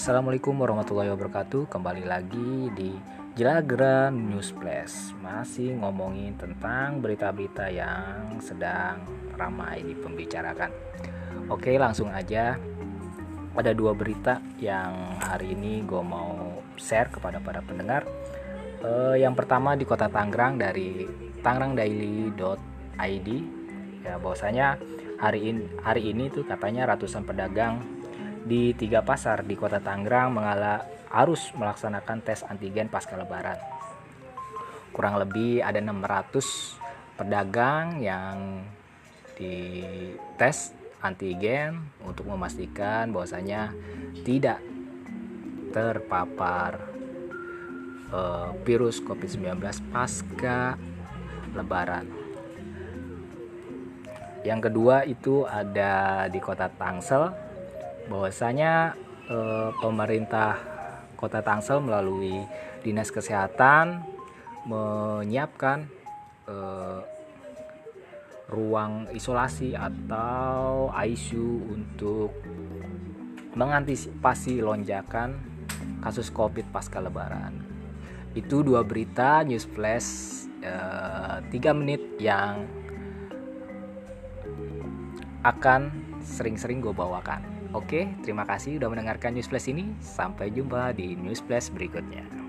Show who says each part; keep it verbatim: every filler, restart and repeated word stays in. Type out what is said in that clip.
Speaker 1: Assalamualaikum warahmatullahi wabarakatuh. Kembali lagi di Jelagran News Plus. Masih ngomongin tentang berita-berita yang sedang ramai dipembicarakan. Oke, langsung aja. Ada dua berita yang hari ini gue mau share kepada para pendengar. e, Yang pertama di kota Tangerang dari tangerangdaily dot i d. Ya, bahwasanya hari ini hari ini tuh katanya ratusan pedagang di tiga pasar di kota Tangerang mengalami harus melaksanakan tes antigen pasca lebaran. Kurang lebih ada enam ratus pedagang yang dites antigen untuk memastikan bahwasanya tidak terpapar uh, virus covid sembilan belas pasca lebaran. Yang kedua itu ada di kota Tangsel, bahwasanya eh, pemerintah Kota Tangsel melalui Dinas Kesehatan menyiapkan eh, ruang isolasi atau I C U untuk mengantisipasi lonjakan kasus Covid pasca lebaran. Itu dua berita news flash eh, tiga menit yang akan sering-sering gue bawakan. Oke, terima kasih sudah mendengarkan News Flash ini. Sampai jumpa di News Flash berikutnya.